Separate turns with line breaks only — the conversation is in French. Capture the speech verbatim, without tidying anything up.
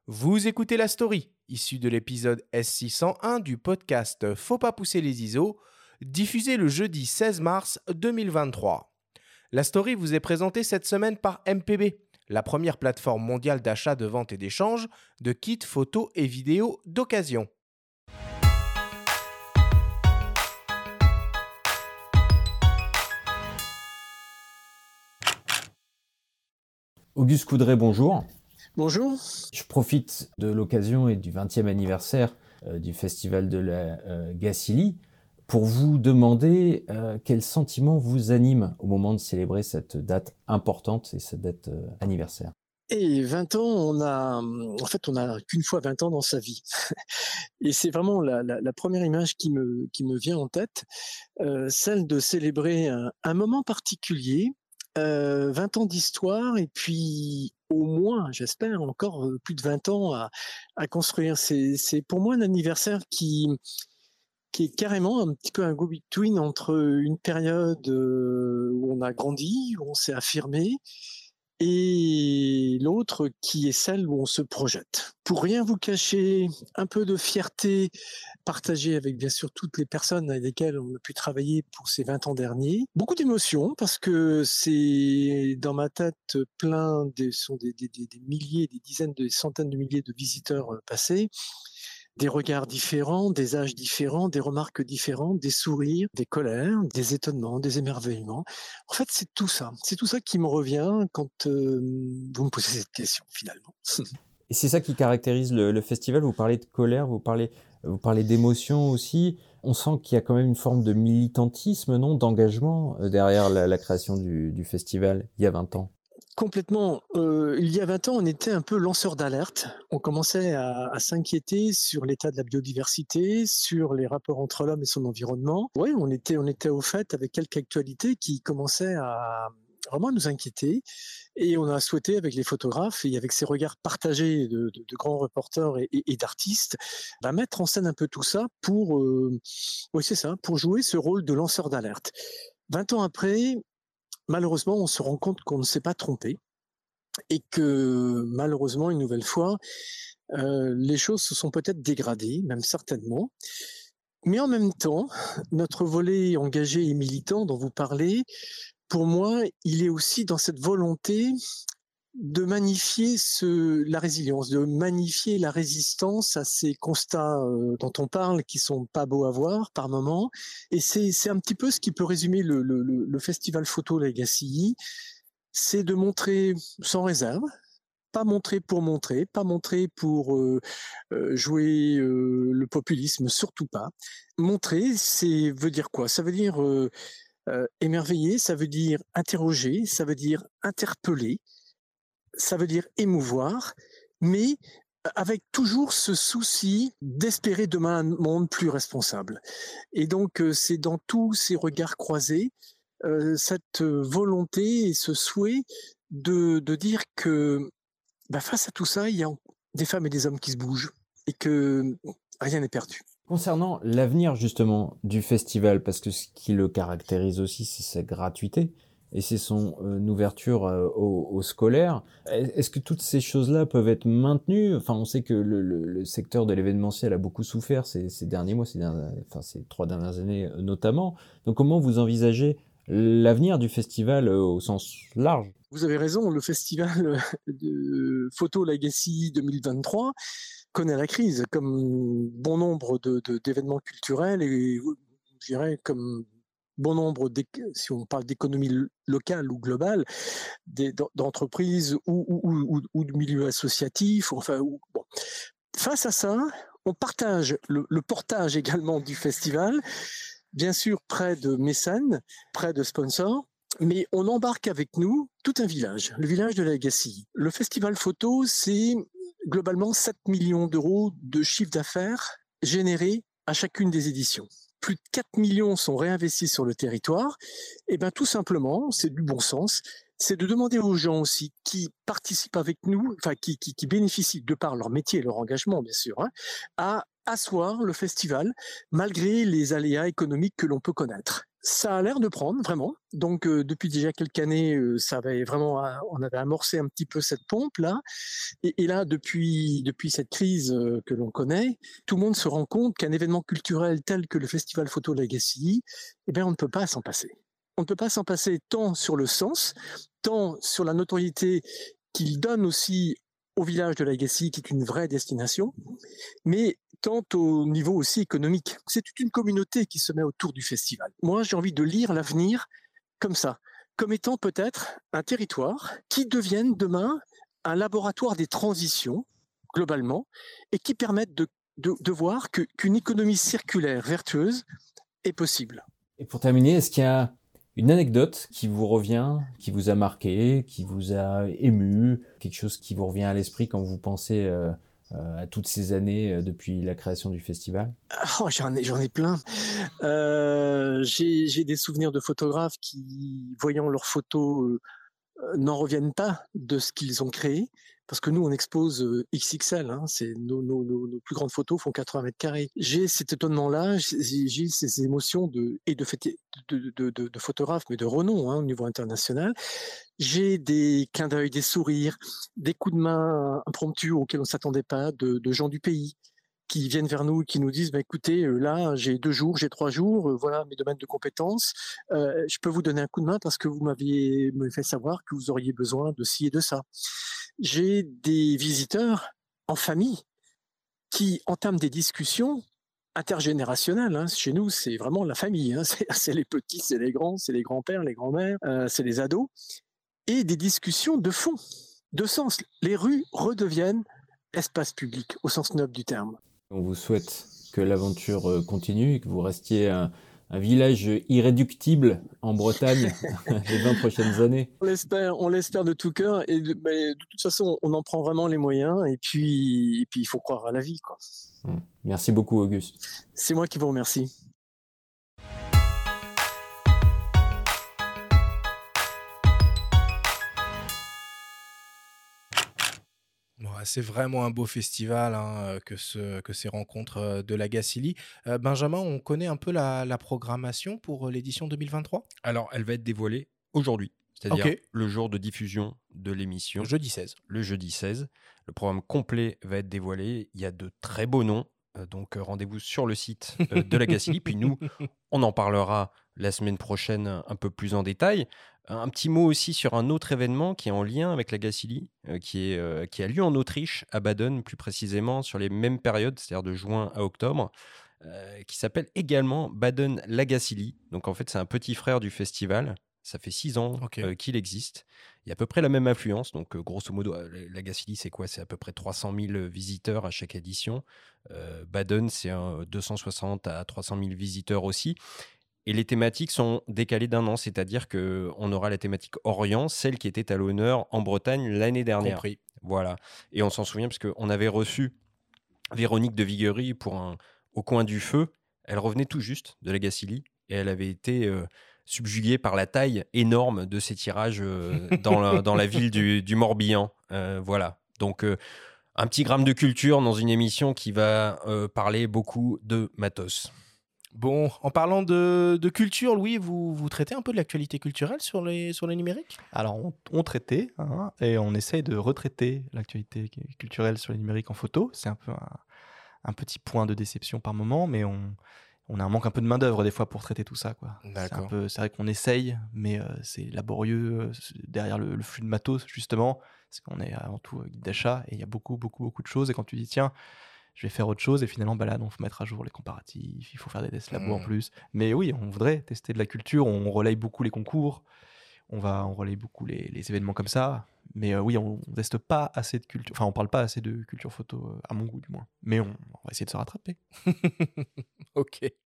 Vous écoutez La Story, issue de l'épisode S six cent un du podcast Faut pas pousser les I S O, diffusé le jeudi seize mars deux mille vingt-trois. La Story vous est présentée cette semaine par M P B, la première plateforme mondiale d'achat, de vente et d'échange de kits photos et vidéos d'occasion.
Auguste Coudray, bonjour.
Bonjour.
Je profite de l'occasion et du vingtième anniversaire euh, du festival de la euh, Gacilly pour vous demander euh, quel sentiment vous anime au moment de célébrer cette date importante et cette date euh, anniversaire.
Et vingt ans, on a, en fait, on n'a qu'une fois vingt ans dans sa vie. Et c'est vraiment la, la, la première image qui me, qui me vient en tête, euh, celle de célébrer un, un moment particulier, euh, vingt ans d'histoire, et puis au moins, j'espère, encore euh, plus de vingt ans à, à construire. C'est, c'est pour moi un anniversaire qui, qui est carrément un petit peu un go-between entre une période euh, où on a grandi, où on s'est affirmé, et l'autre qui est celle où on se projette. Pour rien vous cacher, un peu de fierté partagée avec bien sûr toutes les personnes avec lesquelles on a pu travailler pour ces vingt ans derniers. Beaucoup d'émotions parce que c'est dans ma tête plein, des, sont des, des, des, des milliers, des dizaines, des centaines de milliers de visiteurs passés. Des regards différents, des âges différents, des remarques différentes, des sourires, des colères, des étonnements, des émerveillements. En fait, c'est tout ça. C'est tout ça qui me revient quand euh, vous me posez cette question, finalement.
Et c'est ça qui caractérise le, le festival. Vous parlez de colère, vous parlez, vous parlez d'émotion aussi. On sent qu'il y a quand même une forme de militantisme, non, d'engagement euh, derrière la, la création du, du festival il y a vingt ans.
Complètement. Euh, il y a vingt ans, on était un peu lanceur d'alerte. On commençait à, à s'inquiéter sur l'état de la biodiversité, sur les rapports entre l'homme et son environnement. Oui, on était, on était au fait avec quelques actualités qui commençaient à vraiment nous inquiéter. Et on a souhaité, avec les photographes et avec ces regards partagés de, de, de grands reporters et, et, et d'artistes, bah, mettre en scène un peu tout ça pour, euh, oui, c'est ça, pour jouer ce rôle de lanceur d'alerte. vingt ans après, malheureusement, on se rend compte qu'on ne s'est pas trompé et que malheureusement, une nouvelle fois, euh, les choses se sont peut-être dégradées, même certainement. Mais en même temps, notre volet engagé et militant dont vous parlez, pour moi, il est aussi dans cette volonté de magnifier ce, la résilience, de magnifier la résistance à ces constats euh, dont on parle qui sont pas beaux à voir par moments. Et c'est, c'est un petit peu ce qui peut résumer le, le, le festival photo Gacilly, c'est de montrer sans réserve, pas montrer pour montrer, pas montrer pour euh, euh, jouer euh, le populisme, surtout pas. Montrer, c'est veut dire quoi? Ça veut dire euh, euh, émerveiller, ça veut dire interroger, ça veut dire interpeller, ça veut dire émouvoir, mais avec toujours ce souci d'espérer demain un monde plus responsable. Et donc, c'est dans tous ces regards croisés, euh, cette volonté et ce souhait de, de dire que bah, face à tout ça, il y a des femmes et des hommes qui se bougent et que rien n'est perdu.
Concernant l'avenir justement du festival, parce que ce qui le caractérise aussi, c'est sa gratuité et c'est son euh, ouverture euh, aux, aux scolaires. Est-ce que toutes ces choses-là peuvent être maintenues? Enfin, on sait que le, le, le secteur de l'événementiel a beaucoup souffert ces, ces derniers mois, ces, dernières, enfin, ces trois dernières années euh, notamment. Donc, comment vous envisagez l'avenir du festival euh, au sens large?
Vous avez raison, le festival de Photo Gacilly deux mille vingt-trois connaît la crise, comme bon nombre de, de, d'événements culturels et je dirais comme bon nombre, si on parle d'économie locale ou globale, des, d'entreprises ou, ou, ou, ou de milieux associatifs. Enfin, ou, bon. Face à ça, on partage le, le portage également du festival, bien sûr près de mécènes, près de sponsors, mais on embarque avec nous tout un village, le village de la Gacilly. Le festival photo, c'est globalement sept millions d'euros de chiffre d'affaires générés à chacune des éditions. Plus de quatre millions sont réinvestis sur le territoire. Et bien tout simplement, c'est du bon sens, c'est de demander aux gens aussi qui participent avec nous, enfin qui, qui, qui bénéficient de par leur métier et leur engagement bien sûr, hein, à asseoir le festival malgré les aléas économiques que l'on peut connaître. Ça a l'air de prendre vraiment. Donc, heu, depuis déjà quelques années, heu, ça avait vraiment a on avait amorcé un petit peu cette pompe-là et et là, depuis depuis cette crise, heu, que l'on connaît, tout le monde se rend compte qu'un événement culturel tel que le Festival Photo Legacy, eh bien, on ne peut pas s'en passer. On ne peut pas s'en passer tant sur le sens, tant sur la notoriété qu'il donne aussi au village de Legacy, qui est une vraie destination, mais tant au niveau aussi économique. C'est toute une communauté qui se met autour du festival. Moi, j'ai envie de lire l'avenir comme ça, comme étant peut-être un territoire qui devienne demain un laboratoire des transitions, globalement, et qui permette de, de, de voir que, qu'une économie circulaire vertueuse est possible.
Et pour terminer, est-ce qu'il y a une anecdote qui vous revient, qui vous a marqué, qui vous a ému, quelque chose qui vous revient à l'esprit quand vous pensez euh, euh, à toutes ces années euh, depuis la création du festival?
Oh, j'en ai, j'en ai plein. Euh, j'ai, j'ai des souvenirs de photographes qui, voyant leurs photos, euh, euh, n'en reviennent pas de ce qu'ils ont créé, parce que nous, on expose euh, X X L, hein, c'est nos, nos, nos, nos plus grandes photos font quatre-vingts mètres carrés. J'ai cet étonnement-là, j'ai, j'ai ces émotions de, et de, de, de, de, de photographes, mais de renom hein, au niveau international. J'ai des clins d'œil, des sourires, des coups de main impromptus auxquels on ne s'attendait pas, de, de gens du pays qui viennent vers nous, qui nous disent bah, écoutez, euh, là, j'ai deux jours, j'ai trois jours, euh, voilà mes domaines de compétences. Euh, je peux vous donner un coup de main parce que vous m'aviez me fait savoir que vous auriez besoin de ci et de ça. J'ai des visiteurs en famille qui entament des discussions intergénérationnelles. Hein. Chez nous, c'est vraiment la famille. Hein. C'est, c'est les petits, c'est les grands, c'est les grands-pères, les grands-mères, euh, c'est les ados. Et des discussions de fond, de sens. Les rues redeviennent espace public au sens noble du terme.
On vous souhaite que l'aventure continue et que vous restiez un, un village irréductible en Bretagne les vingt prochaines années.
On l'espère, on l'espère de tout cœur. Et de, mais de toute façon, on en prend vraiment les moyens. Et puis, et puis il faut croire à la vie, quoi.
Merci beaucoup, Auguste.
C'est moi qui vous remercie.
Ouais, c'est vraiment un beau festival hein, que, ce, que ces rencontres de la Gacilly. Euh, Benjamin, on connaît un peu la, la programmation pour l'édition deux mille vingt-trois?
Alors, elle va être dévoilée aujourd'hui, c'est-à-dire
Ok.
le jour de diffusion de l'émission.
Jeudi seize.
Le jeudi seize. Le programme complet va être dévoilé. Il y a de très beaux noms. Euh, donc, euh, rendez-vous sur le site euh, de la Gacilly. Puis nous, on en parlera la semaine prochaine un peu plus en détail. Un petit mot aussi sur un autre événement qui est en lien avec la Gacilly, euh, qui, est, euh, qui a lieu en Autriche, à Baden plus précisément, sur les mêmes périodes, c'est-à-dire de juin à octobre, euh, qui s'appelle également Baden la Gacilly. Donc en fait, c'est un petit frère du festival. Ça fait six ans
Ok.
euh, qu'il existe. Il y a à peu près la même affluence. Donc euh, grosso modo, euh, la Gacilly, c'est quoi? C'est à peu près trois cent mille visiteurs à chaque édition. Euh, Baden, c'est un deux cent soixante à trois cent mille visiteurs aussi. Et les thématiques sont décalées d'un an, c'est-à-dire qu'on aura la thématique Orient, celle qui était à l'honneur en Bretagne l'année dernière.
Compris.
Voilà. Et on s'en souvient parce qu'on avait reçu Véronique de Viguerie pour un Au coin du feu. Elle revenait tout juste de la Gacilly et elle avait été euh, subjuguée par la taille énorme de ces tirages euh, dans, la, dans la ville du, du Morbihan. Euh, voilà. Donc, euh, un petit gramme de culture dans une émission qui va euh, parler beaucoup de matos.
Bon, en parlant de, de culture, Louis, vous, vous traitez un peu de l'actualité culturelle sur les, sur les numériques?
Alors, on, on traitait, hein, et on essaye de retraiter l'actualité culturelle sur les numériques en photo. C'est un peu un, un petit point de déception par moment, mais on, on a un manque un peu de main-d'œuvre des fois pour traiter tout ça, quoi. C'est un
D'accord.
peu, c'est vrai qu'on essaye, mais euh, c'est laborieux euh, derrière le, le flux de matos, justement, parce qu'on est avant tout guide d'achat, et il y a beaucoup, beaucoup, beaucoup de choses. Et quand tu dis, tiens, je vais faire autre chose, et finalement, bah là, il faut mettre à jour les comparatifs, il faut faire des tests labo en
Mmh.
plus. Mais oui, on voudrait tester de la culture, on relaye beaucoup les concours, on va on relaye beaucoup les, les événements comme ça. Mais euh, oui, on ne teste pas assez de culture, enfin, on parle pas assez de culture photo, euh, à mon goût du moins. Mais on, on va essayer de se rattraper.
Ok.